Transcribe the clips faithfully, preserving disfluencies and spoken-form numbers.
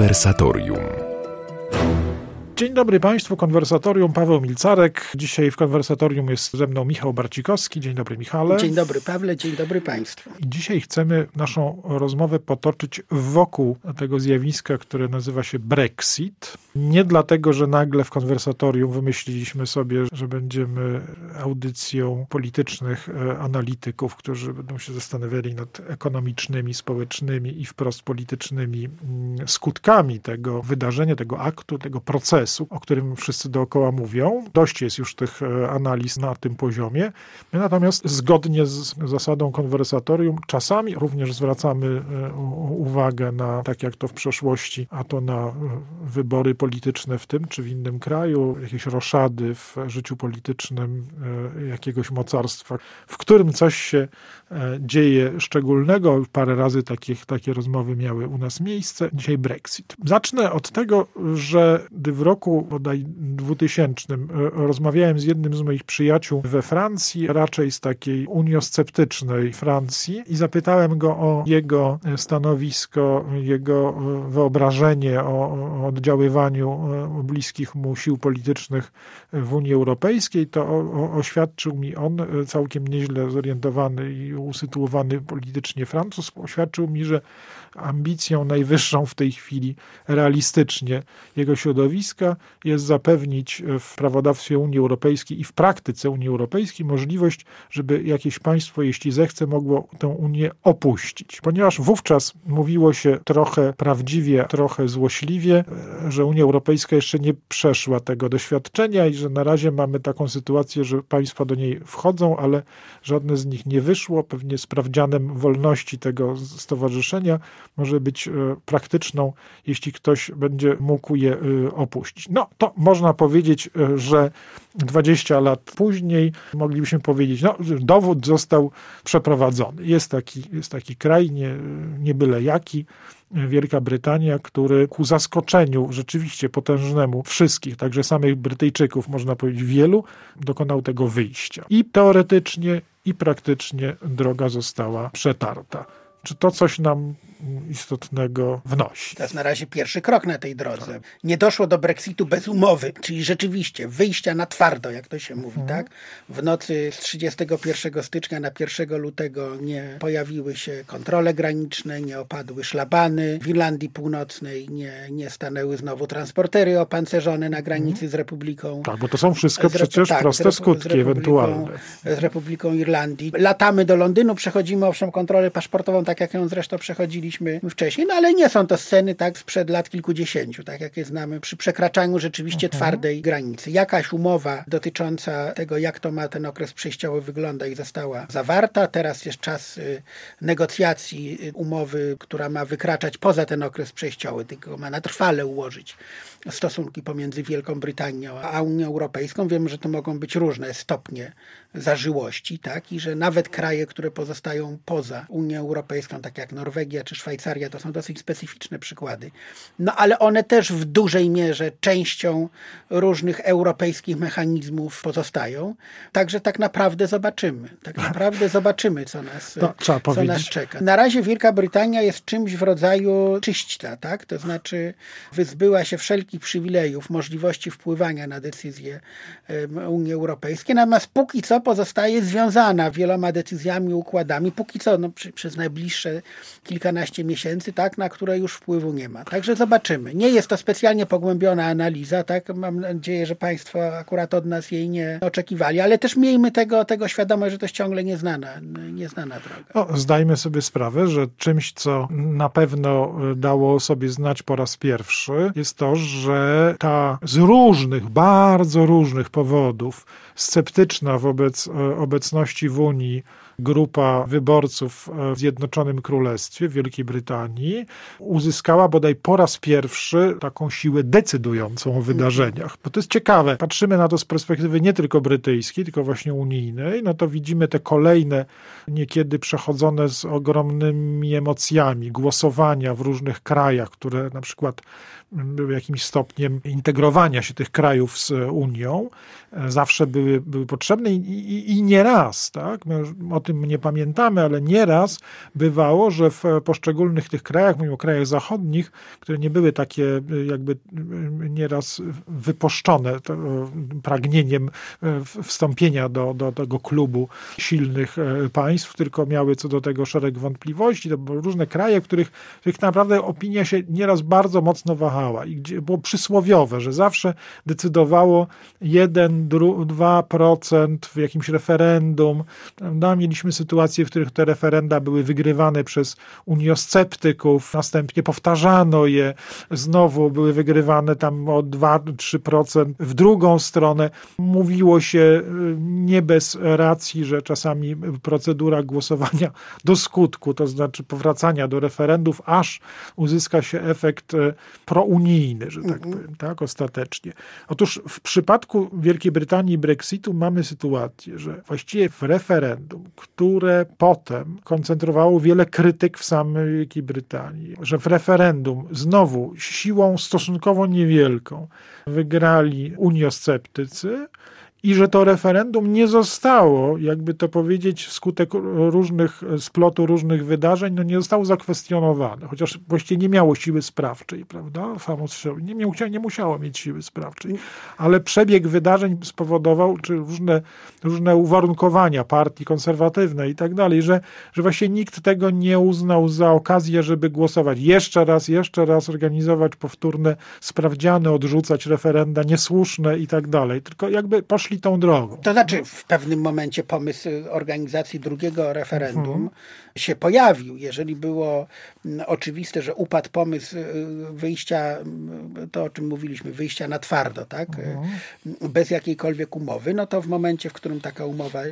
Konwersatorium. Dzień dobry Państwu, Konwersatorium, Paweł Milcarek. Dzisiaj w Konwersatorium jest ze mną Michał Barcikowski. Dzień dobry, Michale. Dzień dobry, Pawle, dzień dobry Państwu. I dzisiaj chcemy naszą rozmowę potoczyć wokół tego zjawiska, które nazywa się Brexit. Nie dlatego, że nagle w Konwersatorium wymyśliliśmy sobie, że będziemy audycją politycznych analityków, którzy będą się zastanawiali nad ekonomicznymi, społecznymi i wprost politycznymi skutkami tego wydarzenia, tego aktu, tego procesu, o którym wszyscy dookoła mówią. Dość jest już tych analiz na tym poziomie. My natomiast zgodnie z zasadą konwersatorium czasami również zwracamy uwagę na, tak jak to w przeszłości, a to na wybory polityczne w tym czy w innym kraju, jakieś roszady w życiu politycznym jakiegoś mocarstwa, w którym coś się dzieje szczególnego. Parę razy takich, takie rozmowy miały u nas miejsce. Dzisiaj Brexit. Zacznę od tego, że gdy w roku bodaj dwutysięcznym rozmawiałem z jednym z moich przyjaciół we Francji, raczej z takiej uniosceptycznej Francji, i zapytałem go o jego stanowisko, jego wyobrażenie o oddziaływaniu bliskich mu sił politycznych w Unii Europejskiej, to o, oświadczył mi on, całkiem nieźle zorientowany i usytuowany politycznie Francuz, oświadczył mi, że ambicją najwyższą w tej chwili realistycznie jego środowiska jest zapewnić w prawodawstwie Unii Europejskiej i w praktyce Unii Europejskiej możliwość, żeby jakieś państwo, jeśli zechce, mogło tę Unię opuścić. Ponieważ wówczas mówiło się trochę prawdziwie, trochę złośliwie, że Unia Europejska jeszcze nie przeszła tego doświadczenia i że na razie mamy taką sytuację, że państwa do niej wchodzą, ale żadne z nich nie wyszło. Pewnie sprawdzianem wolności tego stowarzyszenia może być praktyczną, jeśli ktoś będzie mógł je opuścić. No to można powiedzieć, że dwadzieścia lat później moglibyśmy powiedzieć, no dowód został przeprowadzony. Jest taki, jest taki kraj, nie, nie byle jaki, Wielka Brytania, który ku zaskoczeniu rzeczywiście potężnemu wszystkich, także samych Brytyjczyków, można powiedzieć wielu, dokonał tego wyjścia. I teoretycznie, i praktycznie droga została przetarta. Czy to coś nam istotnego wnosi? To jest na razie pierwszy krok na tej drodze. Nie doszło do Brexitu bez umowy, czyli rzeczywiście wyjścia na twardo, jak to się mówi, mhm. tak? W nocy z trzydziestego pierwszego stycznia na pierwszego lutego nie pojawiły się kontrole graniczne, nie opadły szlabany w Irlandii Północnej, nie, nie stanęły znowu transportery opancerzone na granicy mhm. z Republiką. Tak, bo to są wszystko z, przecież tak, proste z skutki z ewentualne. Z Republiką Irlandii. Latamy do Londynu, przechodzimy owszem kontrolę paszportową, tak jak ją zresztą przechodziliśmy wcześniej, no ale nie są to sceny tak sprzed lat kilkudziesięciu, tak jak je znamy przy przekraczaniu rzeczywiście mhm. twardej granicy. Jakaś umowa dotycząca tego, jak to ma ten okres przejściowy wygląda i została zawarta. Teraz jest czas y, negocjacji y, umowy, która ma wykraczać poza ten okres przejściowy, tylko ma na trwale ułożyć stosunki pomiędzy Wielką Brytanią a Unią Europejską. Wiemy, że to mogą być różne stopnie zażyłości, tak? I że nawet kraje, które pozostają poza Unią Europejską, tak jak Norwegia czy Szwajcaria, to są dosyć specyficzne przykłady. No ale one też w dużej mierze częścią różnych europejskich mechanizmów pozostają. Także tak naprawdę zobaczymy. Tak naprawdę zobaczymy, co nas, to, co nas czeka. Na razie Wielka Brytania jest czymś w rodzaju czyśćca, tak? To znaczy wyzbyła się wszelkich przywilejów, możliwości wpływania na decyzje Unii Europejskiej. Natomiast póki co pozostaje związana wieloma decyzjami, układami, póki co no, przy, przez najbliższe kilkanaście miesięcy, tak, na które już wpływu nie ma. Także zobaczymy. Nie jest to specjalnie pogłębiona analiza, tak, mam nadzieję, że Państwo akurat od nas jej nie oczekiwali, ale też miejmy tego, tego świadomość, że to jest ciągle nieznana, nieznana droga. No, zdajmy sobie sprawę, że czymś, co na pewno dało sobie znać po raz pierwszy, jest to, że ta z różnych, bardzo różnych powodów sceptyczna wobec obecności w Unii grupa wyborców w Zjednoczonym Królestwie, w Wielkiej Brytanii, uzyskała bodaj po raz pierwszy taką siłę decydującą o wydarzeniach. Bo to jest ciekawe. Patrzymy na to z perspektywy nie tylko brytyjskiej, tylko właśnie unijnej, no to widzimy te kolejne, niekiedy przechodzone z ogromnymi emocjami, głosowania w różnych krajach, które na przykład były jakimś stopniem integrowania się tych krajów z Unią, zawsze były, były potrzebne i, i, i nie raz, tak? My już o tym nie pamiętamy, ale nieraz bywało, że w poszczególnych tych krajach, mówimy o krajach zachodnich, które nie były takie jakby nieraz wypuszczone pragnieniem wstąpienia do, do tego klubu silnych państw, tylko miały co do tego szereg wątpliwości. To były różne kraje, w których, w których naprawdę opinia się nieraz bardzo mocno wahała i gdzie było przysłowiowe, że zawsze decydowało jeden, dwa procent w jakimś referendum. Prawda? Mieliśmy sytuacje, w których te referenda były wygrywane przez uniosceptyków, następnie powtarzano je, znowu były wygrywane tam o dwa do trzech procent w drugą stronę. Mówiło się nie bez racji, że czasami procedura głosowania do skutku, to znaczy powracania do referendów, aż uzyska się efekt prounijny, że tak powiem, tak, ostatecznie. Otóż w przypadku Wielkiej Brytanii i Brexitu mamy sytuację, że właściwie w referendum, które potem koncentrowało wiele krytyk w samej Wielkiej Brytanii, że w referendum znowu siłą stosunkowo niewielką wygrali uniosceptycy, i że to referendum nie zostało, jakby to powiedzieć, wskutek różnych, splotu różnych wydarzeń, no nie zostało zakwestionowane, chociaż właściwie nie miało siły sprawczej, prawda? Samo nie, miał, nie musiało mieć siły sprawczej, ale przebieg wydarzeń spowodował, czy różne, różne uwarunkowania partii konserwatywnej i tak dalej, że, że właśnie nikt tego nie uznał za okazję, żeby głosować jeszcze raz, jeszcze raz organizować powtórne sprawdziany, odrzucać referenda niesłuszne i tak dalej, tylko jakby poszli tą drogą. To znaczy w pewnym momencie pomysł organizacji drugiego referendum mhm. się pojawił. Jeżeli było oczywiste, że upadł pomysł wyjścia, to o czym mówiliśmy, wyjścia na twardo, tak? Mhm. Bez jakiejkolwiek umowy, no to w momencie, w którym taka umowa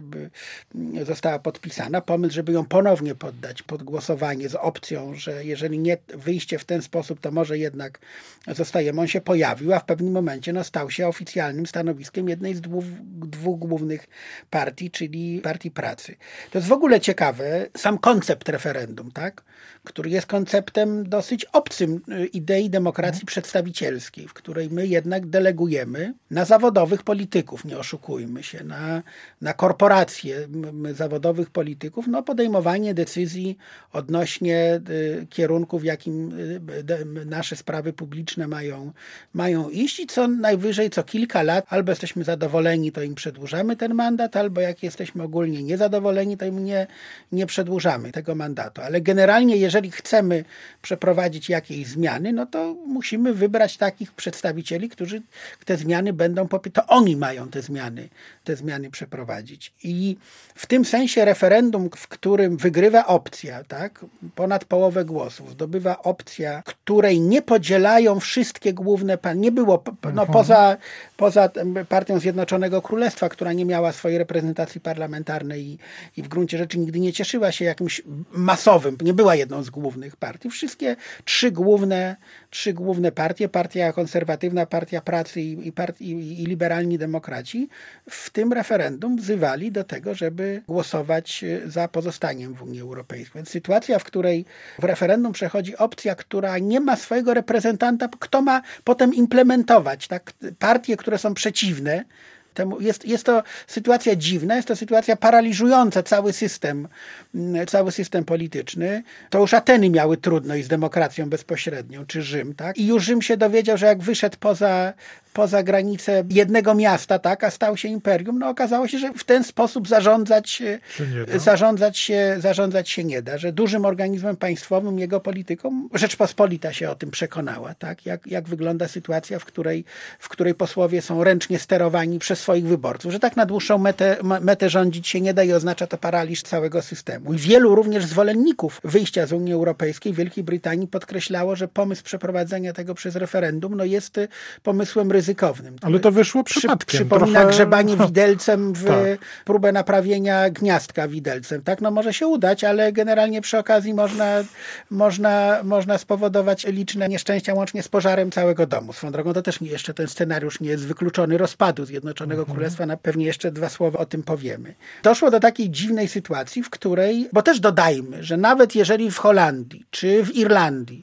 została podpisana, pomysł, żeby ją ponownie poddać pod głosowanie z opcją, że jeżeli nie wyjście w ten sposób, to może jednak zostajemy, on się pojawił, a w pewnym momencie no, stał się oficjalnym stanowiskiem jednej z dwóch dwóch głównych partii, czyli Partii Pracy. To jest w ogóle ciekawe, sam koncept referendum, tak? Który jest konceptem dosyć obcym idei demokracji przedstawicielskiej, w której my jednak delegujemy na zawodowych polityków, nie oszukujmy się, na, na korporacje zawodowych polityków, no podejmowanie decyzji odnośnie y, kierunku, w jakim y, de, nasze sprawy publiczne mają, mają iść i co najwyżej co kilka lat albo jesteśmy zadowoleni, to im przedłużamy ten mandat, albo jak jesteśmy ogólnie niezadowoleni, to im nie, nie przedłużamy tego mandatu. Ale generalnie, jeżeli chcemy przeprowadzić jakieś zmiany, no to musimy wybrać takich przedstawicieli, którzy te zmiany będą popierać. To oni mają te zmiany, te zmiany przeprowadzić. I w tym sensie referendum, w którym wygrywa opcja, tak, ponad połowę głosów, zdobywa opcja, której nie podzielają wszystkie główne państwa. Nie było, no, poza, poza partią Zjednoczonego Królestwa, która nie miała swojej reprezentacji parlamentarnej i, i w gruncie rzeczy nigdy nie cieszyła się jakimś masowym, nie była jedną z głównych partii. Wszystkie trzy główne, trzy główne partie, Partia Konserwatywna, Partia Pracy i, i, partii, i, i liberalni demokraci w tym referendum wzywali do tego, żeby głosować za pozostaniem w Unii Europejskiej. Więc sytuacja, w której w referendum przechodzi opcja, która nie ma swojego reprezentanta, kto ma potem implementować, tak? Partie, które są przeciwne, Jest, jest to sytuacja dziwna, jest to sytuacja paraliżująca cały system, cały system polityczny. To już Ateny miały trudność z demokracją bezpośrednią, czy Rzym, tak? I już Rzym się dowiedział, że jak wyszedł poza, poza granicę jednego miasta, tak, a stał się imperium, no okazało się, że w ten sposób zarządzać się, zarządzać się, zarządzać się nie da, że dużym organizmem państwowym, jego polityką, Rzeczpospolita się o tym przekonała, tak? Jak, jak wygląda sytuacja, w której, w której posłowie są ręcznie sterowani przez swoich wyborców, że tak na dłuższą metę, metę rządzić się nie da i oznacza to paraliż całego systemu. I wielu również zwolenników wyjścia z Unii Europejskiej w Wielkiej Brytanii podkreślało, że pomysł przeprowadzenia tego przez referendum no jest pomysłem ryzykownym. Ale to wyszło przypadkiem. Przy, przypomina trochę... grzebanie widelcem w tak. próbę naprawienia gniazdka widelcem. Tak, no może się udać, ale generalnie przy okazji można, można, można spowodować liczne nieszczęścia łącznie z pożarem całego domu. Swoją drogą to też nie, jeszcze ten scenariusz nie jest wykluczony rozpadu Zjednoczonego Królestwa, na pewnie jeszcze dwa słowa o tym powiemy. Doszło do takiej dziwnej sytuacji, w której, bo też dodajmy, że nawet jeżeli w Holandii czy w Irlandii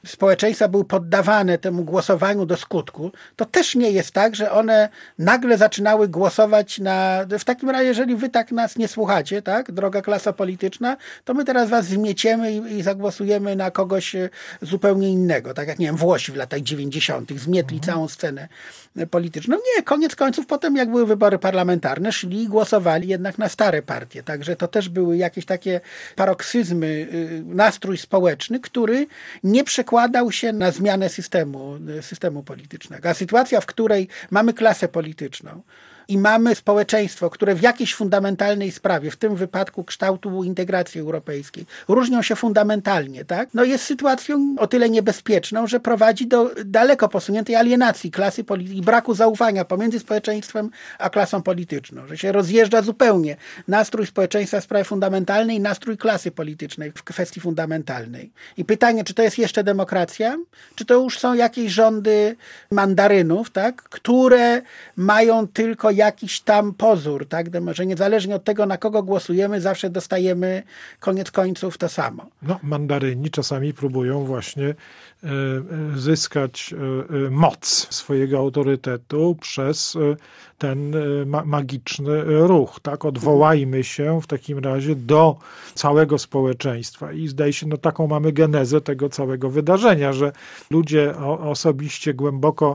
społeczeństwa były poddawane temu głosowaniu do skutku, to też nie jest tak, że one nagle zaczynały głosować na... W takim razie, jeżeli wy tak nas nie słuchacie, tak, droga klasa polityczna, to my teraz was zmieciemy i, i zagłosujemy na kogoś zupełnie innego. Tak jak, nie wiem, Włosi w latach dziewięćdziesiątych zmietli mhm. całą scenę polityczną. Nie, koniec końców potem, jak były wybory parlamentarne, szli i głosowali jednak na stare partie. Także to też były jakieś takie paroksyzmy, nastrój społeczny, który nie przekładał się na zmianę systemu, systemu politycznego. A sytuacja, w której mamy klasę polityczną i mamy społeczeństwo, które w jakiejś fundamentalnej sprawie, w tym wypadku kształtu integracji europejskiej, różnią się fundamentalnie, tak? No jest sytuacją o tyle niebezpieczną, że prowadzi do daleko posuniętej alienacji klasy politycznej i braku zaufania pomiędzy społeczeństwem a klasą polityczną, że się rozjeżdża zupełnie nastrój społeczeństwa w sprawie fundamentalnej i nastrój klasy politycznej w kwestii fundamentalnej. I pytanie, czy to jest jeszcze demokracja? Czy to już są jakieś rządy mandarynów, tak? Które mają tylko jakiś tam pozór, tak? Że niezależnie od tego, na kogo głosujemy, zawsze dostajemy koniec końców to samo. No, mandaryni czasami próbują właśnie zyskać moc swojego autorytetu przez ten magiczny ruch, tak? Odwołajmy się w takim razie do całego społeczeństwa i zdaje się, no taką mamy genezę tego całego wydarzenia, że ludzie osobiście głęboko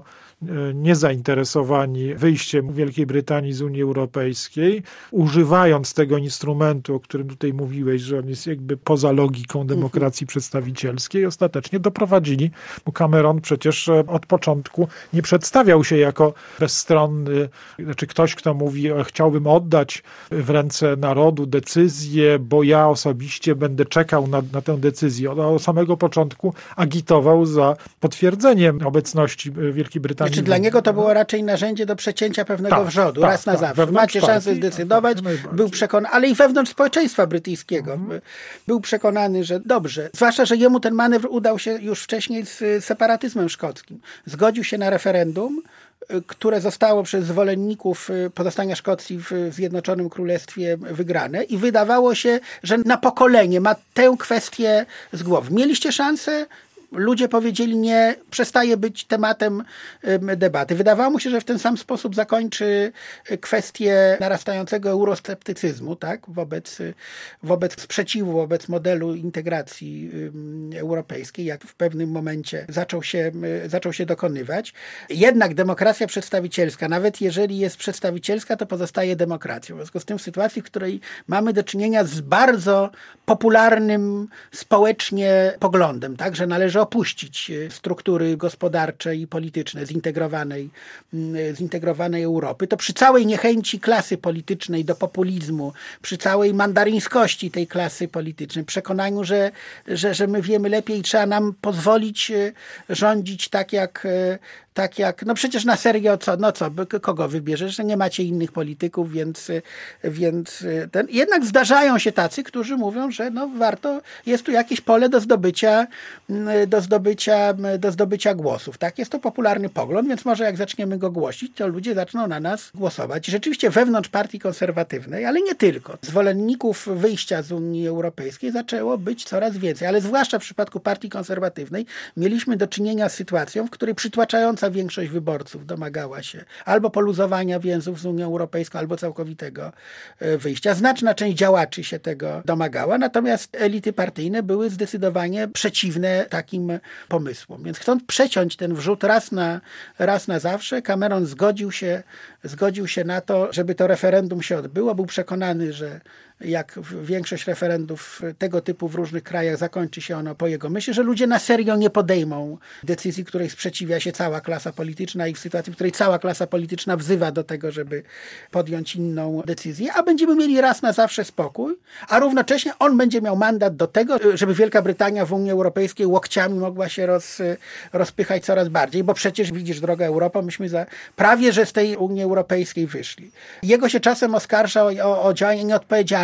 niezainteresowani wyjściem Wielkiej Brytanii z Unii Europejskiej, używając tego instrumentu, o którym tutaj mówiłeś, że on jest jakby poza logiką demokracji uh-huh. przedstawicielskiej, ostatecznie doprowadzili, bo Cameron przecież od początku nie przedstawiał się jako bezstronny, znaczy ktoś, kto mówi, chciałbym oddać w ręce narodu decyzję, bo ja osobiście będę czekał na, na tę decyzję. On od samego początku agitował za potwierdzeniem obecności Wielkiej Brytanii. Znaczy, dla niego to było raczej narzędzie do przecięcia pewnego tak, wrzodu, tak, raz na tak, zawsze. Macie szansę zdecydować, tak, był przekonany, ale i wewnątrz społeczeństwa brytyjskiego mhm. był przekonany, że dobrze. Zwłaszcza, że jemu ten manewr udał się już wcześniej z separatyzmem szkockim. Zgodził się na referendum, które zostało przez zwolenników pozostania Szkocji w Zjednoczonym Królestwie wygrane i wydawało się, że na pokolenie ma tę kwestię z głowy. Mieliście szansę? Ludzie powiedzieli nie, przestaje być tematem debaty. Wydawało mu się, że w ten sam sposób zakończy kwestię narastającego eurosceptycyzmu, tak, wobec, wobec sprzeciwu, wobec modelu integracji europejskiej, jak w pewnym momencie zaczął się, zaczął się dokonywać. Jednak demokracja przedstawicielska, nawet jeżeli jest przedstawicielska, to pozostaje demokracją. W związku z tym w sytuacji, w której mamy do czynienia z bardzo popularnym społecznie poglądem, tak, że należy opuścić struktury gospodarcze i polityczne zintegrowanej, zintegrowanej Europy, to przy całej niechęci klasy politycznej do populizmu, przy całej mandaryńskości tej klasy politycznej, przekonaniu, że, że, że my wiemy lepiej i trzeba nam pozwolić rządzić tak jak tak jak, no przecież na serio, co, no co, kogo wybierzesz, że nie macie innych polityków, więc, więc ten, jednak zdarzają się tacy, którzy mówią, że no warto, jest tu jakieś pole do zdobycia, do zdobycia, do zdobycia głosów, tak? Jest to popularny pogląd, więc może jak zaczniemy go głosić, to ludzie zaczną na nas głosować. I rzeczywiście wewnątrz partii konserwatywnej, ale nie tylko, zwolenników wyjścia z Unii Europejskiej zaczęło być coraz więcej, ale zwłaszcza w przypadku partii konserwatywnej mieliśmy do czynienia z sytuacją, w której przytłaczająca większość wyborców domagała się albo poluzowania więzów z Unią Europejską, albo całkowitego wyjścia. Znaczna część działaczy się tego domagała, natomiast elity partyjne były zdecydowanie przeciwne takim pomysłom. Więc chcąc przeciąć ten wrzód raz na, raz na zawsze, Cameron zgodził się, zgodził się na to, żeby to referendum się odbyło. Był przekonany, że jak większość referendów tego typu w różnych krajach zakończy się ono po jego myśli, że ludzie na serio nie podejmą decyzji, której sprzeciwia się cała klasa polityczna i w sytuacji, w której cała klasa polityczna wzywa do tego, żeby podjąć inną decyzję, a będziemy mieli raz na zawsze spokój, a równocześnie on będzie miał mandat do tego, żeby Wielka Brytania w Unii Europejskiej łokciami mogła się roz, rozpychać coraz bardziej, bo przecież widzisz, droga Europa, myśmy za, prawie że z tej Unii Europejskiej wyszli. Jego się czasem oskarża o, o działanie nieodpowiedzialne,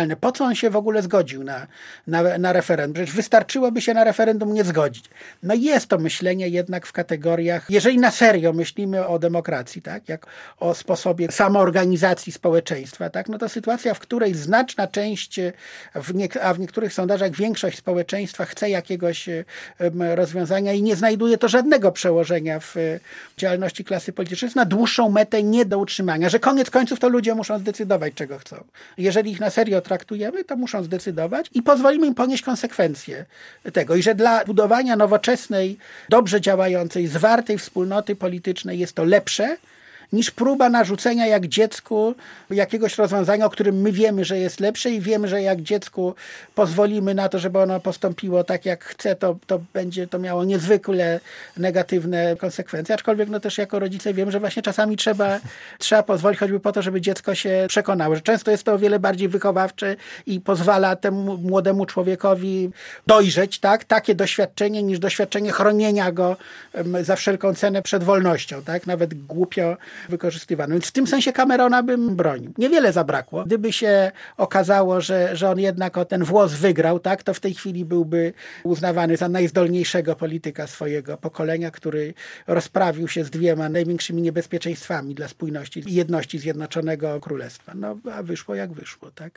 absurdalne. Po co on się w ogóle zgodził na, na, na referendum? Przecież wystarczyłoby się na referendum nie zgodzić. No jest to myślenie jednak w kategoriach, jeżeli na serio myślimy o demokracji, tak, jak o sposobie samoorganizacji społeczeństwa, tak, no to sytuacja, w której znaczna część, w nie, a w niektórych sondażach większość społeczeństwa chce jakiegoś rozwiązania i nie znajduje to żadnego przełożenia w działalności klasy politycznej, jest na dłuższą metę nie do utrzymania, że koniec końców to ludzie muszą zdecydować, czego chcą. Jeżeli ich na serio traktujemy, to muszą zdecydować i pozwolimy im ponieść konsekwencje tego. I że dla budowania nowoczesnej, dobrze działającej, zwartej wspólnoty politycznej jest to lepsze niż próba narzucenia jak dziecku jakiegoś rozwiązania, o którym my wiemy, że jest lepsze i wiemy, że jak dziecku pozwolimy na to, żeby ono postąpiło tak, jak chce, to, to będzie to miało niezwykle negatywne konsekwencje. Aczkolwiek no też jako rodzice wiem, że właśnie czasami trzeba, trzeba pozwolić choćby po to, żeby dziecko się przekonało, że często jest to o wiele bardziej wychowawcze i pozwala temu młodemu człowiekowi dojrzeć, tak, takie doświadczenie niż doświadczenie chronienia go za wszelką cenę przed wolnością, tak, nawet głupio wykorzystywano. Więc w tym sensie Camerona bym bronił. Niewiele zabrakło. Gdyby się okazało, że, że on jednak o ten włos wygrał, tak, to w tej chwili byłby uznawany za najzdolniejszego polityka swojego pokolenia, który rozprawił się z dwiema największymi niebezpieczeństwami dla spójności i jedności Zjednoczonego Królestwa. No, a wyszło jak wyszło, tak?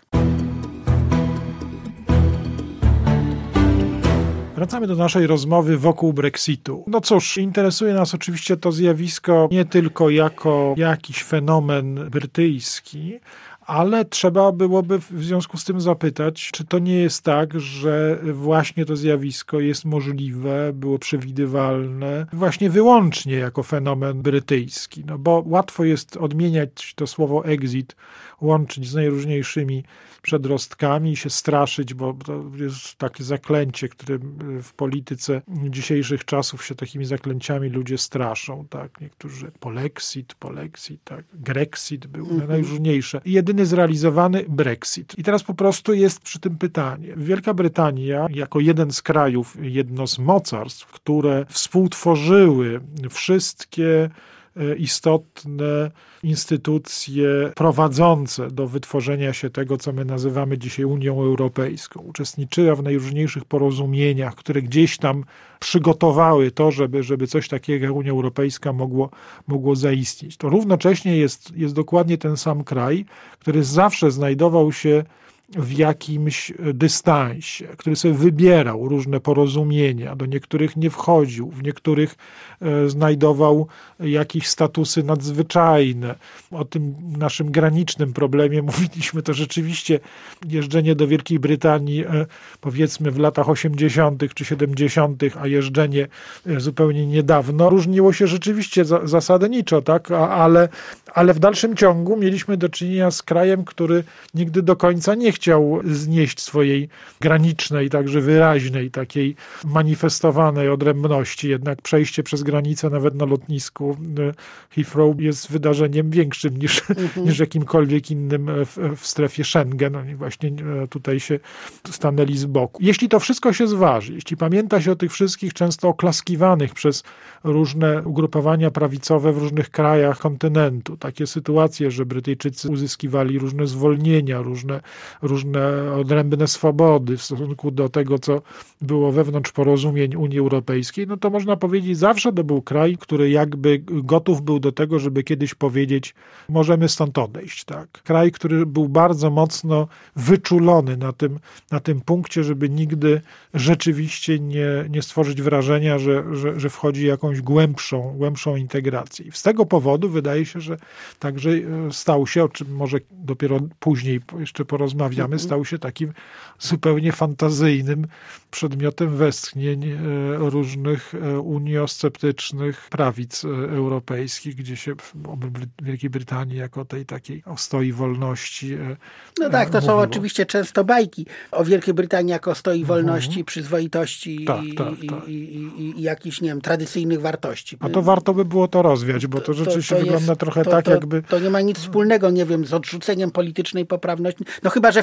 Wracamy do naszej rozmowy wokół Brexitu. No cóż, interesuje nas oczywiście to zjawisko nie tylko jako jakiś fenomen brytyjski, ale trzeba byłoby w związku z tym zapytać, czy to nie jest tak, że właśnie to zjawisko jest możliwe, było przewidywalne właśnie wyłącznie jako fenomen brytyjski. No bo łatwo jest odmieniać to słowo exit, łączyć z najróżniejszymi przedrostkami i się straszyć, bo to jest takie zaklęcie, które w polityce dzisiejszych czasów się takimi zaklęciami ludzie straszą. Tak? Niektórzy polexit, polexit, tak? Grexit był mm-hmm. najróżniejsze. I jedyny zrealizowany Brexit. I teraz po prostu jest przy tym pytanie. Wielka Brytania jako jeden z krajów, jedno z mocarstw, które współtworzyły wszystkie istotne instytucje prowadzące do wytworzenia się tego, co my nazywamy dzisiaj Unią Europejską. Uczestniczyła w najróżniejszych porozumieniach, które gdzieś tam przygotowały to, żeby, żeby coś takiego jak Unia Europejska mogło, mogło zaistnieć. To równocześnie jest, jest dokładnie ten sam kraj, który zawsze znajdował się w jakimś dystansie, który sobie wybierał różne porozumienia, do niektórych nie wchodził, w niektórych e, znajdował jakieś statusy nadzwyczajne. O tym naszym granicznym problemie mówiliśmy, to rzeczywiście jeżdżenie do Wielkiej Brytanii e, powiedzmy w latach osiemdziesiątych czy siedemdziesiątych, a jeżdżenie e, zupełnie niedawno różniło się rzeczywiście za, zasadniczo, tak? A, ale, ale w dalszym ciągu mieliśmy do czynienia z krajem, który nigdy do końca nie chciał znieść swojej granicznej, także wyraźnej, takiej manifestowanej odrębności. Jednak przejście przez granicę nawet na lotnisku Heathrow jest wydarzeniem większym niż, mhm. niż jakimkolwiek innym w, w strefie Schengen. Oni właśnie tutaj się stanęli z boku. Jeśli to wszystko się zważy, jeśli pamięta się o tych wszystkich często oklaskiwanych przez różne ugrupowania prawicowe w różnych krajach kontynentu, takie sytuacje, że Brytyjczycy uzyskiwali różne zwolnienia, różne, różne odrębne swobody w stosunku do tego, co było wewnątrz porozumień Unii Europejskiej, no to można powiedzieć, zawsze to był kraj, który jakby gotów był do tego, żeby kiedyś powiedzieć, możemy stąd odejść. Tak? Kraj, który był bardzo mocno wyczulony na tym, na tym punkcie, żeby nigdy rzeczywiście nie, nie stworzyć wrażenia, że, że, że wchodzi jakąś głębszą, głębszą integrację. I z tego powodu wydaje się, że także stał się, o czym może dopiero później jeszcze porozmawiamy, stał się takim zupełnie fantazyjnym przedmiotem westchnień różnych uniosceptycznych prawic europejskich, gdzie się o Wielkiej Brytanii jako tej takiej ostoi wolności No tak, to mówiło. są oczywiście często bajki o Wielkiej Brytanii jako ostoi wolności, mhm. przyzwoitości tak, i, tak, i, tak. i, i, i jakichś, nie wiem, tradycyjnych wartości. A to warto by było to rozwiać, bo to, to rzeczywiście to, to wygląda jest, trochę to, tak, to, jakby... To nie ma nic wspólnego, nie wiem, z odrzuceniem politycznej poprawności. No chyba, że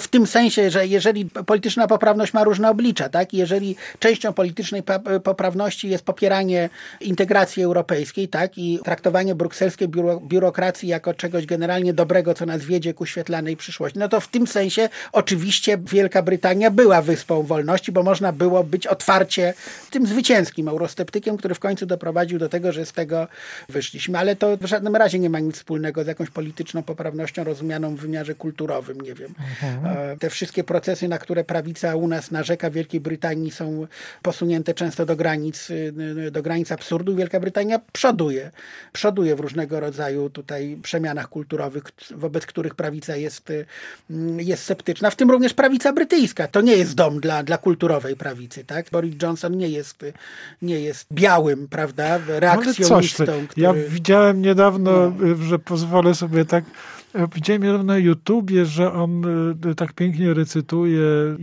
w tym sensie, że jeżeli polityczna poprawność ma różne oblicza, tak? Jeżeli częścią politycznej poprawności jest popieranie integracji europejskiej, tak? I traktowanie brukselskiej biuro, biurokracji jako czegoś generalnie dobrego, co nas wiedzie ku świetlanej przyszłości, no to w tym sensie oczywiście Wielka Brytania była wyspą wolności, bo można było być otwarcie tym zwycięskim eurosceptykiem, który w końcu doprowadził do tego, że z tego wyszliśmy. Ale to w żadnym razie nie ma nic wspólnego z jakąś polityczną poprawnością rozumianą w wymiarze kulturowym, nie wiem. Mhm. Te wszystkie procesy, na które prawica u nas narzeka w Wielkiej Brytanii, są posunięte często do granic, do granic absurdu. Wielka Brytania przoduje. Przoduje w różnego rodzaju tutaj przemianach kulturowych, wobec których prawica jest, jest sceptyczna. W tym również prawica brytyjska. To nie jest dom dla, dla kulturowej prawicy, tak? Boris Johnson nie jest, nie jest białym, prawda, reakcjonistą. Coś, który... Ja widziałem niedawno, no. że pozwolę sobie tak, widziałem niedawno na YouTubie, że on tak pięknie recytuje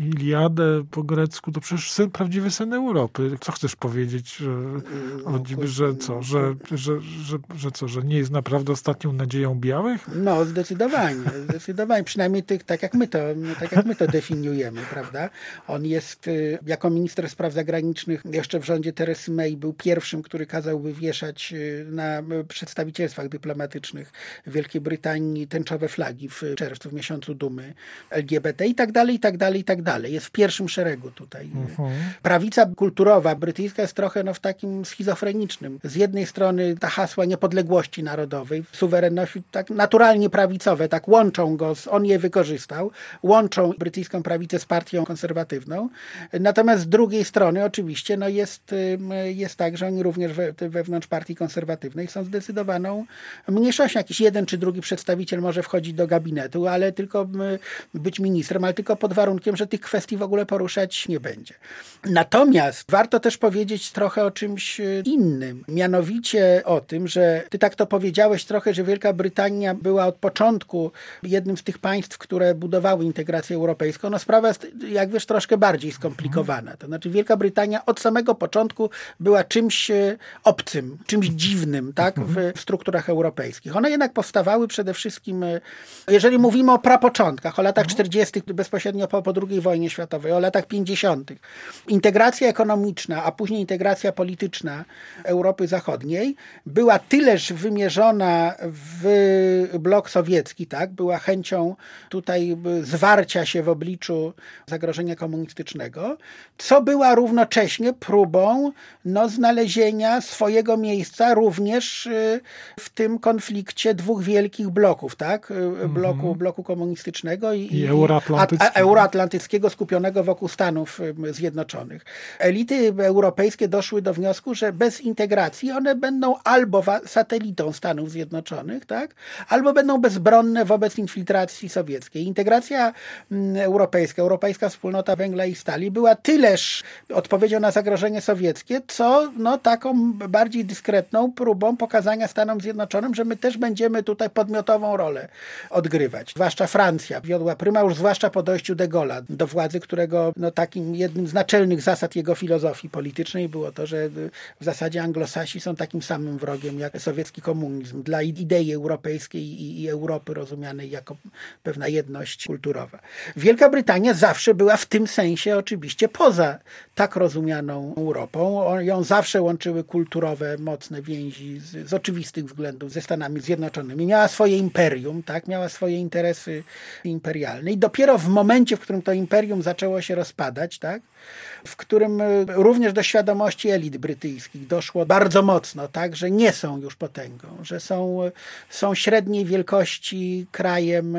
Iliadę po grecku. To przecież syn, prawdziwy syn Europy. Co chcesz powiedzieć? Że, no, że co? Że, że, że, że co? Że nie jest naprawdę ostatnią nadzieją białych? No, zdecydowanie. Zdecydowanie. Przynajmniej tych, tak jak my to, tak jak my to definiujemy, prawda? On jest, jako minister spraw zagranicznych jeszcze w rządzie Teresy May był pierwszym, który kazałby wieszać na przedstawicielstwach dyplomatycznych Wielkiej Brytanii tęczowe flagi w czerwcu, w miesiącu dumy L G B T i tak dalej, i tak dalej, i tak dalej. Jest w pierwszym szeregu tutaj. Uh-huh. Prawica kulturowa brytyjska jest trochę no, w takim schizofrenicznym. Z jednej strony ta hasła niepodległości narodowej, suwerenności tak naturalnie prawicowe, tak łączą go, on je wykorzystał, łączą brytyjską prawicę z partią konserwatywną. Natomiast z drugiej strony oczywiście no, jest, jest tak, że oni również we, wewnątrz partii konserwatywnej są zdecydowaną mniejszością. Jakiś jeden czy drugi przedstawiciel może wchodzić do gabinetu, ale tylko być ministrem, ale tylko pod warunkiem, że tych kwestii w ogóle poruszać nie będzie. Natomiast warto też powiedzieć trochę o czymś innym. Mianowicie o tym, że ty tak to powiedziałeś trochę, że Wielka Brytania była od początku jednym z tych państw, które budowały integrację europejską. No sprawa jest, jak wiesz, troszkę bardziej skomplikowana. To znaczy Wielka Brytania od samego początku była czymś obcym, czymś dziwnym, tak, w, w strukturach europejskich. One jednak powstawały przede wszystkim, jeżeli mówimy o prapoczątkach, o latach czterdziestych bezpośrednio po, po drugiej wojnie światowej, o latach pięćdziesiątych. Integracja ekonomiczna, a później integracja polityczna Europy Zachodniej była tyleż wymierzona w blok sowiecki, tak, była chęcią tutaj zwarcia się w obliczu zagrożenia komunistycznego, co była równocześnie próbą no, znalezienia swojego miejsca również w tym konflikcie dwóch wielkich bloków, tak? Bloku, mm-hmm. bloku komunistycznego i, I euroatlantyckiego. A, a, euroatlantyckiego skupionego wokół Stanów Zjednoczonych. Elity europejskie doszły do wniosku, że bez integracji one będą albo wa- satelitą Stanów Zjednoczonych, tak? Albo będą bezbronne wobec infiltracji sowieckiej. Integracja m, europejska, Europejska Wspólnota Węgla i Stali była tyleż odpowiedzią na zagrożenie sowieckie, co no, taką bardziej dyskretną próbą pokazania Stanom Zjednoczonym, że my też będziemy tutaj podmiotową rolę odgrywać. Zwłaszcza Francja wiodła pryma, już zwłaszcza po dojściu de Gaulle'a do władzy, którego no, takim jednym z naczelnych zasad jego filozofii politycznej było to, że w zasadzie Anglosasi są takim samym wrogiem jak sowiecki komunizm dla idei europejskiej i, i Europy rozumianej jako pewna jedność kulturowa. Wielka Brytania zawsze była w tym sensie oczywiście poza tak rozumianą Europą. Ją zawsze łączyły kulturowe, mocne więzi z, z oczywistych względów ze Stanami Zjednoczonymi. Miała swoje imperium, tak? Miała swoje interesy imperialne i dopiero w momencie, w którym to imperium zaczęło się rozpadać, tak? W którym również do świadomości elit brytyjskich doszło bardzo mocno, tak, że nie są już potęgą, że są, są średniej wielkości krajem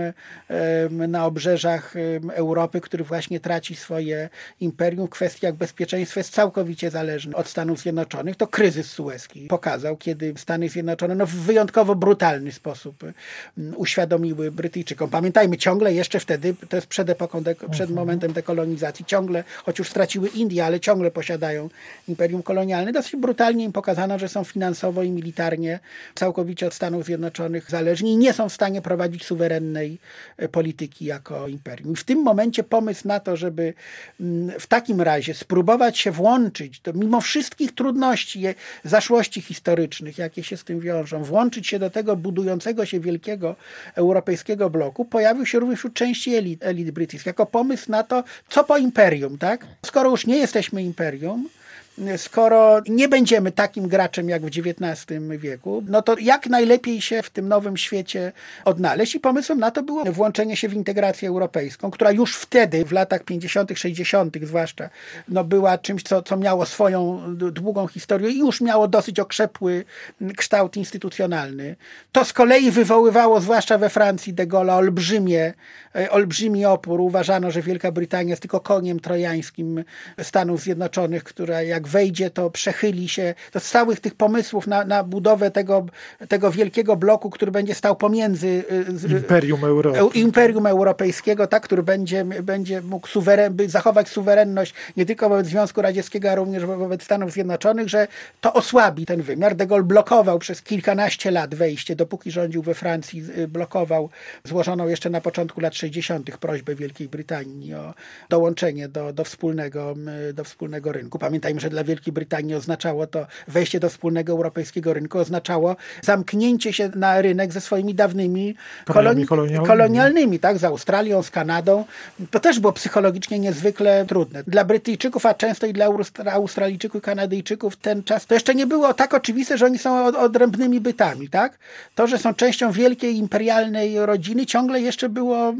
na obrzeżach Europy, który właśnie traci swoje imperium w kwestiach bezpieczeństwa, jest całkowicie zależny od Stanów Zjednoczonych. To kryzys sueski pokazał, kiedy Stany Zjednoczone no, w wyjątkowo brutalny sposób uświadomiły Brytyjczykom. Pamiętajmy, ciągle jeszcze wtedy, to jest przed epoką, de- przed momentem dekolonizacji, ciągle, choć już straciły Indie, ale ciągle posiadają imperium kolonialne. Dosyć brutalnie im pokazano, że są finansowo i militarnie całkowicie od Stanów Zjednoczonych zależni i nie są w stanie prowadzić suwerennej polityki jako imperium. I w tym momencie pomysł na to, żeby w takim razie spróbować się włączyć, to mimo wszystkich trudności, zaszłości historycznych, jakie się z tym wiążą, włączyć się do tego budującego się wielkiego europejskiego bloku pojawił się również wśród części elit, elit brytyjskich, jako pomysł na to, co po imperium, tak? Skoro już nie jesteśmy imperium, skoro nie będziemy takim graczem jak w dziewiętnastym wieku, no to jak najlepiej się w tym nowym świecie odnaleźć i pomysłem na to było włączenie się w integrację europejską, która już wtedy, w latach pięćdziesiątych, sześćdziesiątych zwłaszcza, no była czymś, co, co miało swoją długą historię i już miało dosyć okrzepły kształt instytucjonalny. To z kolei wywoływało, zwłaszcza we Francji de Gaulle'a, olbrzymie, olbrzymi opór. Uważano, że Wielka Brytania jest tylko koniem trojańskim Stanów Zjednoczonych, która jak wejdzie, to przechyli się. To z całych tych pomysłów na, na budowę tego, tego wielkiego bloku, który będzie stał pomiędzy Imperium Europy. Imperium Europejskiego, tak, który będzie, będzie mógł suweren, zachować suwerenność nie tylko wobec Związku Radzieckiego, a również wobec Stanów Zjednoczonych, że to osłabi ten wymiar. De Gaulle blokował przez kilkanaście lat wejście, dopóki rządził we Francji, blokował złożoną jeszcze na początku lat sześćdziesiątych prośbę Wielkiej Brytanii o dołączenie do, do, wspólnego, do wspólnego rynku. Pamiętajmy, że dla Wielkiej Brytanii oznaczało to wejście do wspólnego europejskiego rynku, oznaczało zamknięcie się na rynek ze swoimi dawnymi koloni- kolonialnymi. kolonialnymi, tak, z Australią, z Kanadą. To też było psychologicznie niezwykle trudne. Dla Brytyjczyków, a często i dla Australijczyków i Kanadyjczyków ten czas to jeszcze nie było tak oczywiste, że oni są od, odrębnymi bytami, tak? To, że są częścią wielkiej imperialnej rodziny, ciągle jeszcze było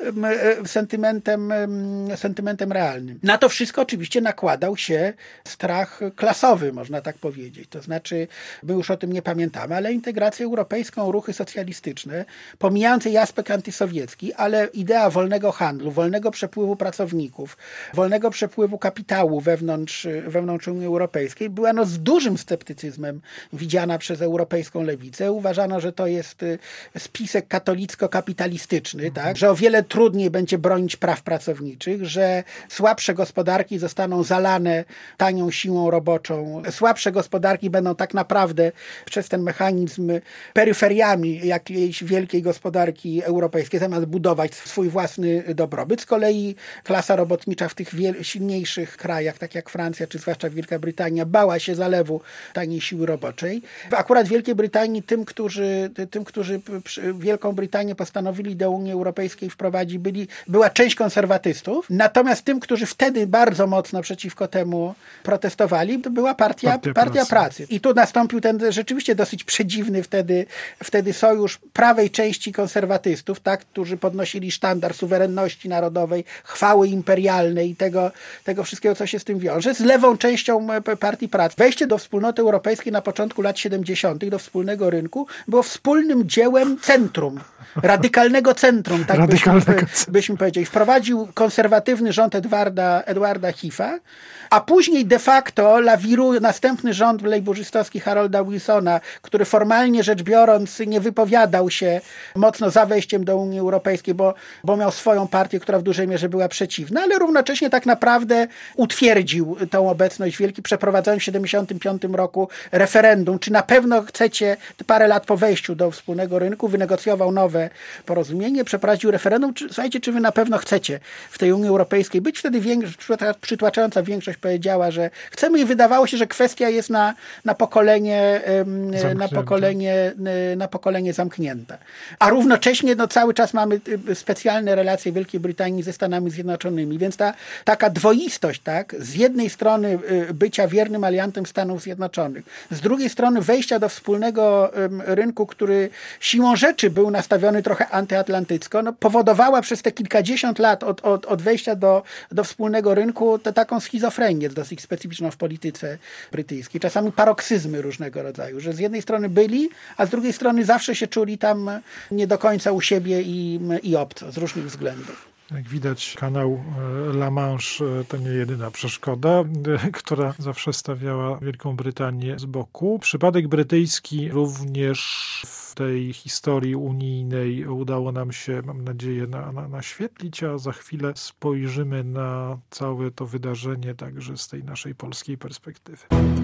sentymentem, sentymentem realnym. Na to wszystko oczywiście nakładał się strach klasowy, można tak powiedzieć. To znaczy, my już o tym nie pamiętamy, ale integrację europejską, ruchy socjalistyczne, pomijając jej aspekt antysowiecki, ale idea wolnego handlu, wolnego przepływu pracowników, wolnego przepływu kapitału wewnątrz, wewnątrz Unii Europejskiej była no z dużym sceptycyzmem widziana przez europejską lewicę. Uważano, że to jest spisek katolicko-kapitalistyczny, tak? Że o wiele trudniej będzie bronić praw pracowniczych, że słabsze gospodarki zostaną zalane tanią siłą roboczą. Słabsze gospodarki będą tak naprawdę przez ten mechanizm peryferiami jakiejś wielkiej gospodarki europejskiej, zamiast budować swój własny dobrobyt. Z kolei klasa robotnicza w tych wiel- silniejszych krajach, tak jak Francja, czy zwłaszcza Wielka Brytania, bała się zalewu taniej siły roboczej. Akurat w Wielkiej Brytanii tym, którzy, tym, którzy Wielką Brytanię postanowili do Unii Europejskiej wprowadzić, byli, była część konserwatystów, natomiast tym, którzy wtedy bardzo mocno przeciwko temu protestowali, to była partia, partia, partia pracy. pracy. I tu nastąpił ten rzeczywiście dosyć przedziwny wtedy, wtedy sojusz prawej części konserwatystów, tak, którzy podnosili sztandar suwerenności narodowej, chwały imperialnej i tego, tego wszystkiego, co się z tym wiąże, z lewą częścią partii pracy. Wejście do Wspólnoty Europejskiej na początku lat siedemdziesiątych, do wspólnego rynku, było wspólnym dziełem centrum, radykalnego centrum, tak radykalnego byśmy, centrum. byśmy powiedzieli. Wprowadził konserwatywny rząd Edwarda, Edwarda Heatha, a później de facto lawiruje następny rząd lejburzystowski Harolda Wilsona, który formalnie rzecz biorąc nie wypowiadał się mocno za wejściem do Unii Europejskiej, bo, bo miał swoją partię, która w dużej mierze była przeciwna, ale równocześnie tak naprawdę utwierdził tą obecność wielki, przeprowadzając w siedemdziesiątym piątym roku referendum, czy na pewno chcecie, parę lat po wejściu do wspólnego rynku, wynegocjował nowe porozumienie, przeprowadził referendum, czy, słuchajcie, czy wy na pewno chcecie w tej Unii Europejskiej być? Wtedy większość, przytłaczająca większość powiedziała, że chcemy i wydawało się, że kwestia jest na, na pokolenie na pokolenie, na pokolenie zamknięta. A równocześnie no, cały czas mamy specjalne relacje Wielkiej Brytanii ze Stanami Zjednoczonymi, więc ta taka dwoistość, tak, z jednej strony bycia wiernym aliantem Stanów Zjednoczonych, z drugiej strony wejścia do wspólnego rynku, który siłą rzeczy był nastawiony trochę antyatlantycko, no, powodowała przez te kilkadziesiąt lat od, od, od wejścia do, do wspólnego rynku tę taką schizofrenię dosyć specyficzną w polityce brytyjskiej. Czasami paroksyzmy różnego rodzaju, że z jednej strony byli, a z drugiej strony zawsze się czuli tam nie do końca u siebie i, i obco, z różnych względów. Jak widać, kanał La Manche to nie jedyna przeszkoda, która zawsze stawiała Wielką Brytanię z boku. Przypadek brytyjski również w tej historii unijnej udało nam się, mam nadzieję, na, na, naświetlić, a za chwilę spojrzymy na całe to wydarzenie także z tej naszej polskiej perspektywy.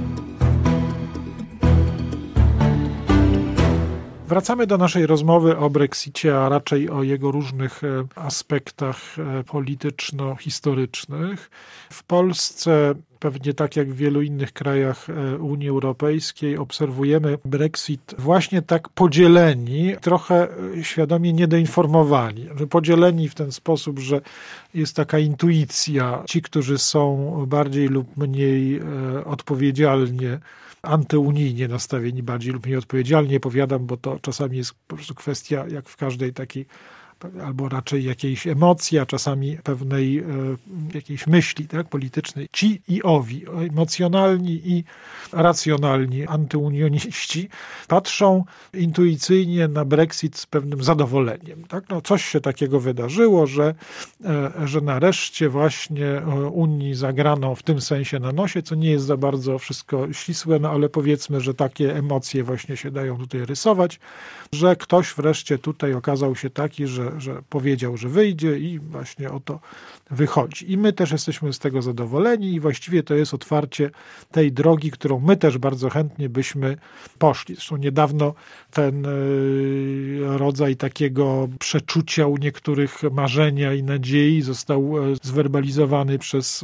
Wracamy do naszej rozmowy o Brexicie, a raczej o jego różnych aspektach polityczno-historycznych. W Polsce pewnie tak jak w wielu innych krajach Unii Europejskiej obserwujemy Brexit właśnie tak podzieleni, trochę świadomie niedoinformowani. Podzieleni w ten sposób, że jest taka intuicja. Ci, którzy są bardziej lub mniej odpowiedzialnie, antyunijnie nastawieni, bardziej lub mniej odpowiedzialnie, powiadam, bo to czasami jest po prostu kwestia, jak w każdej takiej, albo raczej jakiejś emocji, a czasami pewnej e, jakiejś myśli, tak, politycznej. Ci i owi, emocjonalni i racjonalni antyunioniści patrzą intuicyjnie na Brexit z pewnym zadowoleniem. Tak? No, coś się takiego wydarzyło, że, e, że nareszcie właśnie Unii zagrano w tym sensie na nosie, co nie jest za bardzo wszystko ścisłe, no ale powiedzmy, że takie emocje właśnie się dają tutaj rysować, że ktoś wreszcie tutaj okazał się taki, że że powiedział, że wyjdzie i właśnie o to wychodzi. I my też jesteśmy z tego zadowoleni i właściwie to jest otwarcie tej drogi, którą my też bardzo chętnie byśmy poszli. Zresztą niedawno ten rodzaj takiego przeczucia u niektórych, marzenia i nadziei został zwerbalizowany przez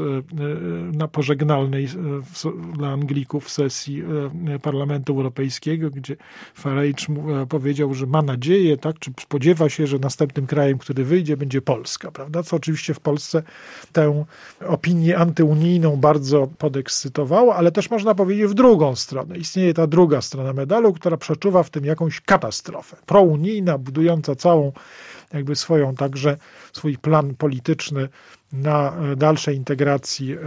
na pożegnalnej dla Anglików sesji Parlamentu Europejskiego, gdzie Farage powiedział, że ma nadzieję, tak, czy spodziewa się, że następnym krajem, który wyjdzie, będzie Polska, prawda? Co oczywiście w Polsce tę opinię antyunijną bardzo podekscytowało, ale też można powiedzieć w drugą stronę. Istnieje ta druga strona medalu, która przeczuwa w tym jakąś katastrofę. Prounijna, budująca całą jakby swoją także swój plan polityczny na dalszej integracji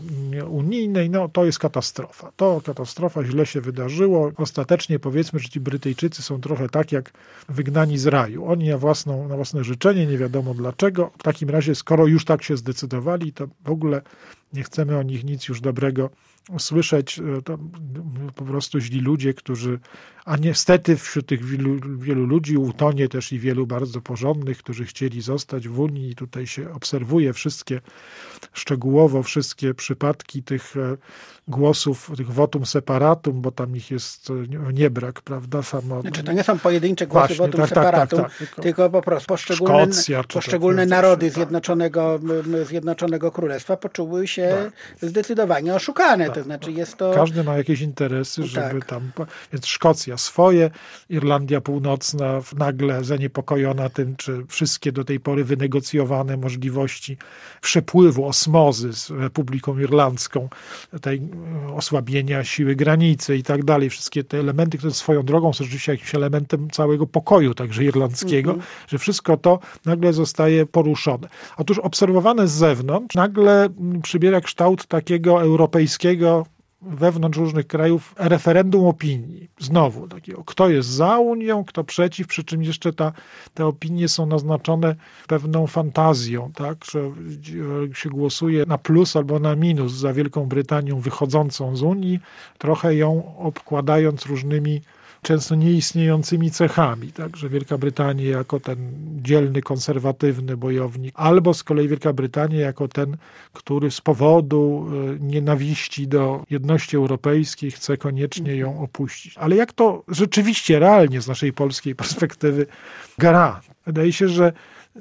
unijnej, no to jest katastrofa. To katastrofa, źle się wydarzyło. Ostatecznie powiedzmy, że ci Brytyjczycy są trochę tak jak wygnani z raju. Oni na, własną, na własne życzenie, nie wiadomo dlaczego. W takim razie, skoro już tak się zdecydowali, to w ogóle nie chcemy o nich nic już dobrego słyszeć. To po prostu źli ludzie, którzy, a niestety wśród tych wielu, wielu ludzi utonie też i wielu bardzo porządnych, którzy chcieli zostać w Unii i tutaj się obserwuje wszystkie, szczegółowo wszystkie przypadki tych głosów, tych votum separatum, bo tam ich jest niebrak, prawda? Samo, znaczy to nie są pojedyncze głosy właśnie, votum tak, separatum, tak, tak, tak, tylko, tylko po prostu poszczególne, Szkocja, poszczególne tak, narody tak. Zjednoczonego, Zjednoczonego Królestwa poczuły się tak. zdecydowanie oszukane. Tak, to znaczy jest to... Każdy ma jakieś interesy, żeby tak. tam... Więc Szkocja swoje, Irlandia Północna nagle zaniepokojona tym, czy wszystkie do tej pory wynegocjowane możliwości przepływu, osmozy z Republiką Irlandzką, tej osłabienia siły granicy i tak dalej. Wszystkie te elementy, które swoją drogą są rzeczywiście jakimś elementem całego pokoju, także irlandzkiego, mm-hmm. że wszystko to nagle zostaje poruszone. Otóż obserwowane z zewnątrz nagle przybiera kształt takiego europejskiego wewnątrz różnych krajów referendum opinii. Znowu takiego, kto jest za Unią, kto przeciw, przy czym jeszcze ta, te opinie są naznaczone pewną fantazją, tak, że się głosuje na plus albo na minus za Wielką Brytanią wychodzącą z Unii, trochę ją obkładając różnymi często nieistniejącymi cechami, tak, że Wielka Brytania jako ten dzielny, konserwatywny bojownik, albo z kolei Wielka Brytania jako ten, który z powodu nienawiści do jedności europejskiej chce koniecznie ją opuścić. Ale jak to rzeczywiście, realnie z naszej polskiej perspektywy gra? Wydaje się, że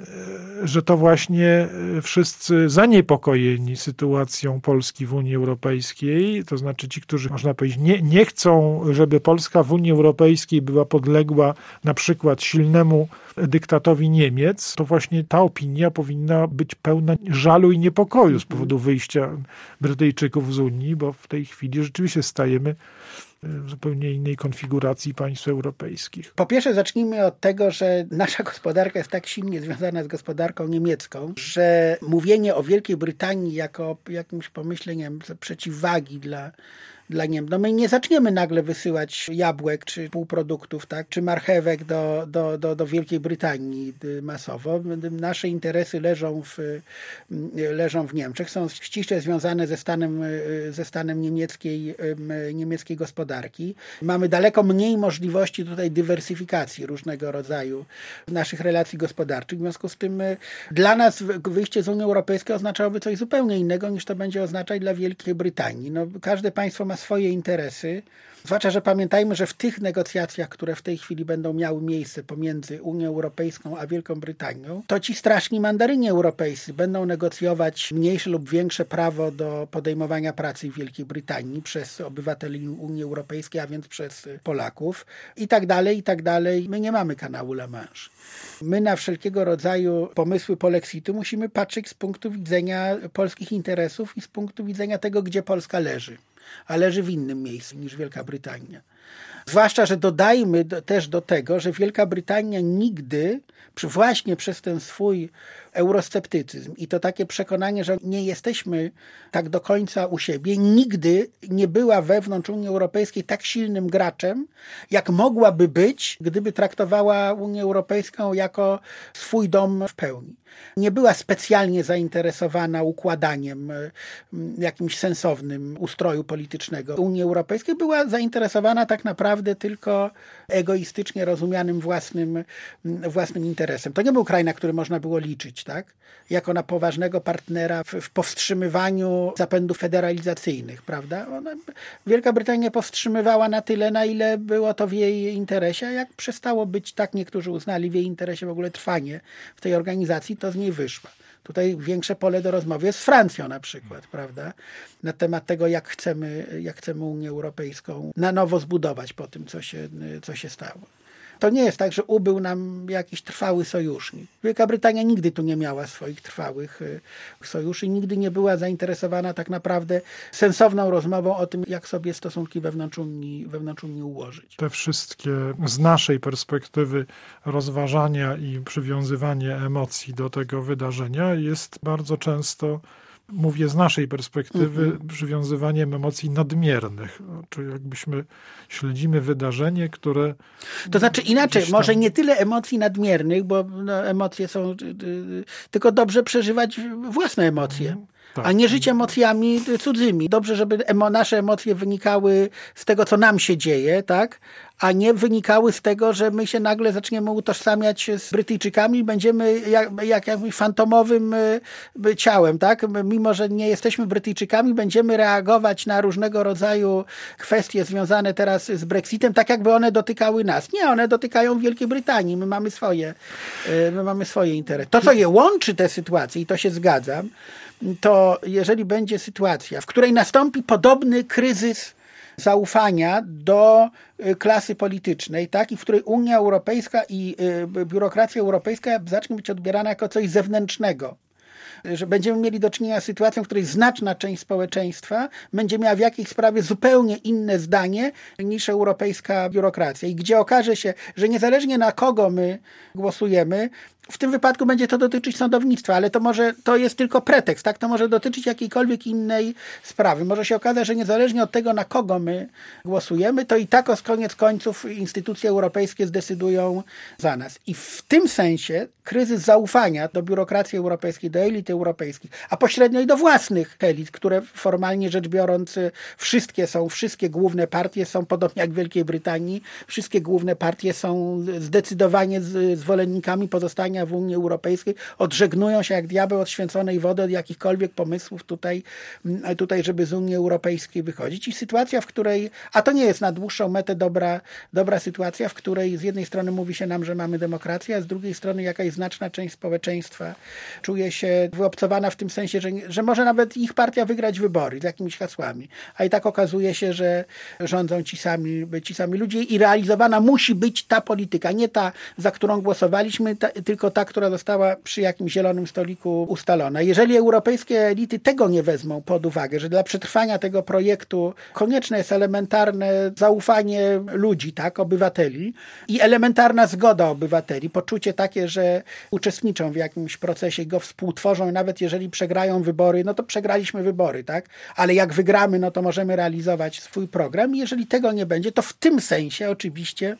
że to właśnie wszyscy zaniepokojeni sytuacją Polski w Unii Europejskiej, to znaczy ci, którzy, można powiedzieć, nie, nie chcą, żeby Polska w Unii Europejskiej była podległa na przykład silnemu dyktatowi Niemiec, to właśnie ta opinia powinna być pełna żalu i niepokoju z powodu wyjścia Brytyjczyków z Unii, bo w tej chwili rzeczywiście stajemy w zupełnie innej konfiguracji państw europejskich. Po pierwsze zacznijmy od tego, że nasza gospodarka jest tak silnie związana z gospodarką niemiecką, że mówienie o Wielkiej Brytanii jako jakimś pomyśleniem przeciwwagi dla dla Niemców. No my nie zaczniemy nagle wysyłać jabłek czy półproduktów, tak, czy marchewek do, do, do, do Wielkiej Brytanii masowo. Nasze interesy leżą w, leżą w Niemczech, są ściśle związane ze stanem, ze stanem niemieckiej, niemieckiej gospodarki. Mamy daleko mniej możliwości tutaj dywersyfikacji różnego rodzaju naszych relacji gospodarczych. W związku z tym dla nas wyjście z Unii Europejskiej oznaczałoby coś zupełnie innego, niż to będzie oznaczać dla Wielkiej Brytanii. No, każde państwo ma swoje interesy, zwłaszcza, że pamiętajmy, że w tych negocjacjach, które w tej chwili będą miały miejsce pomiędzy Unią Europejską a Wielką Brytanią, to ci straszni mandaryni europejscy będą negocjować mniejsze lub większe prawo do podejmowania pracy w Wielkiej Brytanii przez obywateli Unii Europejskiej, a więc przez Polaków i tak dalej, i tak dalej. My nie mamy kanału La Manche. My na wszelkiego rodzaju pomysły polexitu musimy patrzeć z punktu widzenia polskich interesów i z punktu widzenia tego, gdzie Polska leży. A leży w innym miejscu niż Wielka Brytania. Zwłaszcza, że dodajmy do, też do tego, że Wielka Brytania nigdy, przy, właśnie przez ten swój eurosceptycyzm i to takie przekonanie, że nie jesteśmy tak do końca u siebie, nigdy nie była wewnątrz Unii Europejskiej tak silnym graczem, jak mogłaby być, gdyby traktowała Unię Europejską jako swój dom w pełni. Nie była specjalnie zainteresowana układaniem jakimś sensownym ustroju politycznego Unii Europejskiej. Była zainteresowana tak naprawdę tylko egoistycznie rozumianym własnym, własnym interesem. To nie był kraj, na który można było liczyć, tak? Jako na poważnego partnera w, w powstrzymywaniu zapędów federalizacyjnych, prawda? Ona, Wielka Brytania powstrzymywała na tyle, na ile było to w jej interesie, a jak przestało być, tak niektórzy uznali, w jej interesie w ogóle trwanie w tej organizacji, to z niej wyszła. Tutaj większe pole do rozmowy jest z Francją na przykład, prawda? Na temat tego, jak chcemy, jak chcemy Unię Europejską na nowo zbudować po tym, co się, co się stało. To nie jest tak, że ubył nam jakiś trwały sojusznik. Wielka Brytania nigdy tu nie miała swoich trwałych sojuszy, nigdy nie była zainteresowana tak naprawdę sensowną rozmową o tym, jak sobie stosunki wewnątrz Unii, wewnątrz Unii ułożyć. Te wszystkie z naszej perspektywy rozważania i przywiązywanie emocji do tego wydarzenia jest bardzo często, mówię z naszej perspektywy, mm-hmm. przywiązywaniem emocji nadmiernych. Czyli jakbyśmy śledzimy wydarzenie, które... To znaczy inaczej, tam... może nie tyle emocji nadmiernych, bo no, emocje są... Tylko dobrze przeżywać własne emocje. Mm. Tak. A nie żyć emocjami cudzymi. Dobrze, żeby emo- nasze emocje wynikały z tego, co nam się dzieje, tak? A nie wynikały z tego, że my się nagle zaczniemy utożsamiać z Brytyjczykami i będziemy jak, jak jakimś fantomowym y, ciałem, tak? Mimo, że nie jesteśmy Brytyjczykami, będziemy reagować na różnego rodzaju kwestie związane teraz z Brexitem, tak jakby one dotykały nas. Nie, one dotykają Wielkiej Brytanii. My mamy swoje, y, my mamy swoje interesy. To, co je łączy te sytuacje, i to się zgadzam, to jeżeli będzie sytuacja, w której nastąpi podobny kryzys zaufania do klasy politycznej, tak, i w której Unia Europejska i biurokracja europejska zacznie być odbierana jako coś zewnętrznego, że będziemy mieli do czynienia z sytuacją, w której znaczna część społeczeństwa będzie miała w jakiejś sprawie zupełnie inne zdanie niż europejska biurokracja i gdzie okaże się, że niezależnie na kogo my głosujemy, w tym wypadku będzie to dotyczyć sądownictwa, ale to może, to jest tylko pretekst, tak? To może dotyczyć jakiejkolwiek innej sprawy. Może się okazać, że niezależnie od tego, na kogo my głosujemy, to i tak o koniec końców instytucje europejskie zdecydują za nas. I w tym sensie kryzys zaufania do biurokracji europejskiej, do elit europejskich, a pośrednio i do własnych elit, które formalnie rzecz biorąc wszystkie są, wszystkie główne partie są, podobnie jak w Wielkiej Brytanii, wszystkie główne partie są zdecydowanie zwolennikami pozostania w Unii Europejskiej, odżegnują się jak diabeł od święconej wody, od jakichkolwiek pomysłów tutaj, tutaj, żeby z Unii Europejskiej wychodzić. I sytuacja, w której, a to nie jest na dłuższą metę dobra, dobra sytuacja, w której z jednej strony mówi się nam, że mamy demokrację, a z drugiej strony jakaś znaczna część społeczeństwa czuje się wyobcowana w tym sensie, że, że może nawet ich partia wygrać wybory z jakimiś hasłami, a i tak okazuje się, że rządzą ci sami, ci sami ludzie i realizowana musi być ta polityka, nie ta, za którą głosowaliśmy, ta, tylko ta, która została przy jakimś zielonym stoliku ustalona. Jeżeli europejskie elity tego nie wezmą pod uwagę, że dla przetrwania tego projektu konieczne jest elementarne zaufanie ludzi, tak, obywateli i elementarna zgoda obywateli, poczucie takie, że uczestniczą w jakimś procesie i go współtworzą, nawet jeżeli przegrają wybory, no to przegraliśmy wybory, tak, ale jak wygramy, no to możemy realizować swój program i jeżeli tego nie będzie, to w tym sensie oczywiście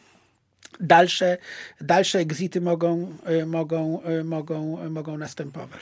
Dalsze, dalsze exity mogą, mogą, mogą, mogą następować.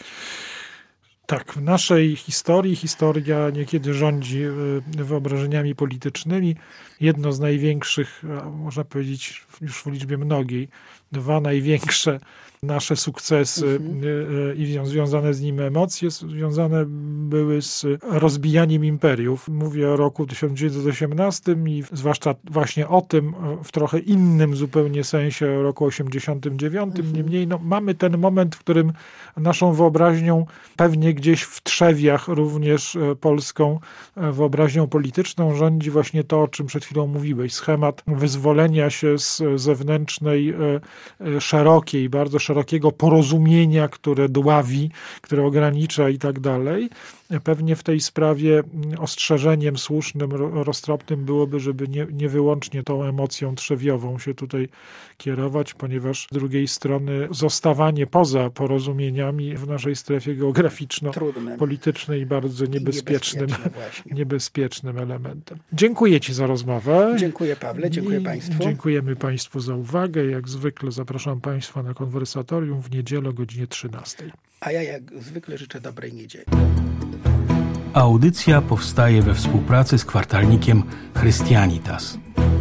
Tak, w naszej historii historia niekiedy rządzi wyobrażeniami politycznymi. Jedno z największych, można powiedzieć już w liczbie mnogiej, dwa największe nasze sukcesy mhm. i związane z nim emocje związane były z rozbijaniem imperiów. Mówię o roku tysiąc dziewięćset osiemnastym i zwłaszcza właśnie o tym w trochę innym zupełnie sensie o roku osiemdziesiątym dziewiątym. Mhm. Niemniej no, mamy ten moment, w którym naszą wyobraźnią, pewnie gdzieś w trzewiach również polską wyobraźnią polityczną rządzi właśnie to, o czym przed chwilą mówiłeś. Schemat wyzwolenia się z zewnętrznej, szerokiej, bardzo szerokiego porozumienia, które dławi, które ogranicza i tak dalej. Pewnie w tej sprawie ostrzeżeniem słusznym, roztropnym byłoby, żeby nie, nie wyłącznie tą emocją trzewiową się tutaj kierować, ponieważ z drugiej strony zostawanie poza porozumieniami w naszej strefie geograficzno-politycznej bardzo niebezpiecznym, niebezpiecznym elementem. Dziękuję Ci za rozmowę. Dziękuję Pawle, dziękuję I Państwu. Dziękujemy Państwu za uwagę. Jak zwykle zapraszam Państwa na konwersatorium w niedzielę o godzinie trzynastej. A ja jak zwykle życzę dobrej niedzieli. Audycja powstaje we współpracy z kwartalnikiem Christianitas.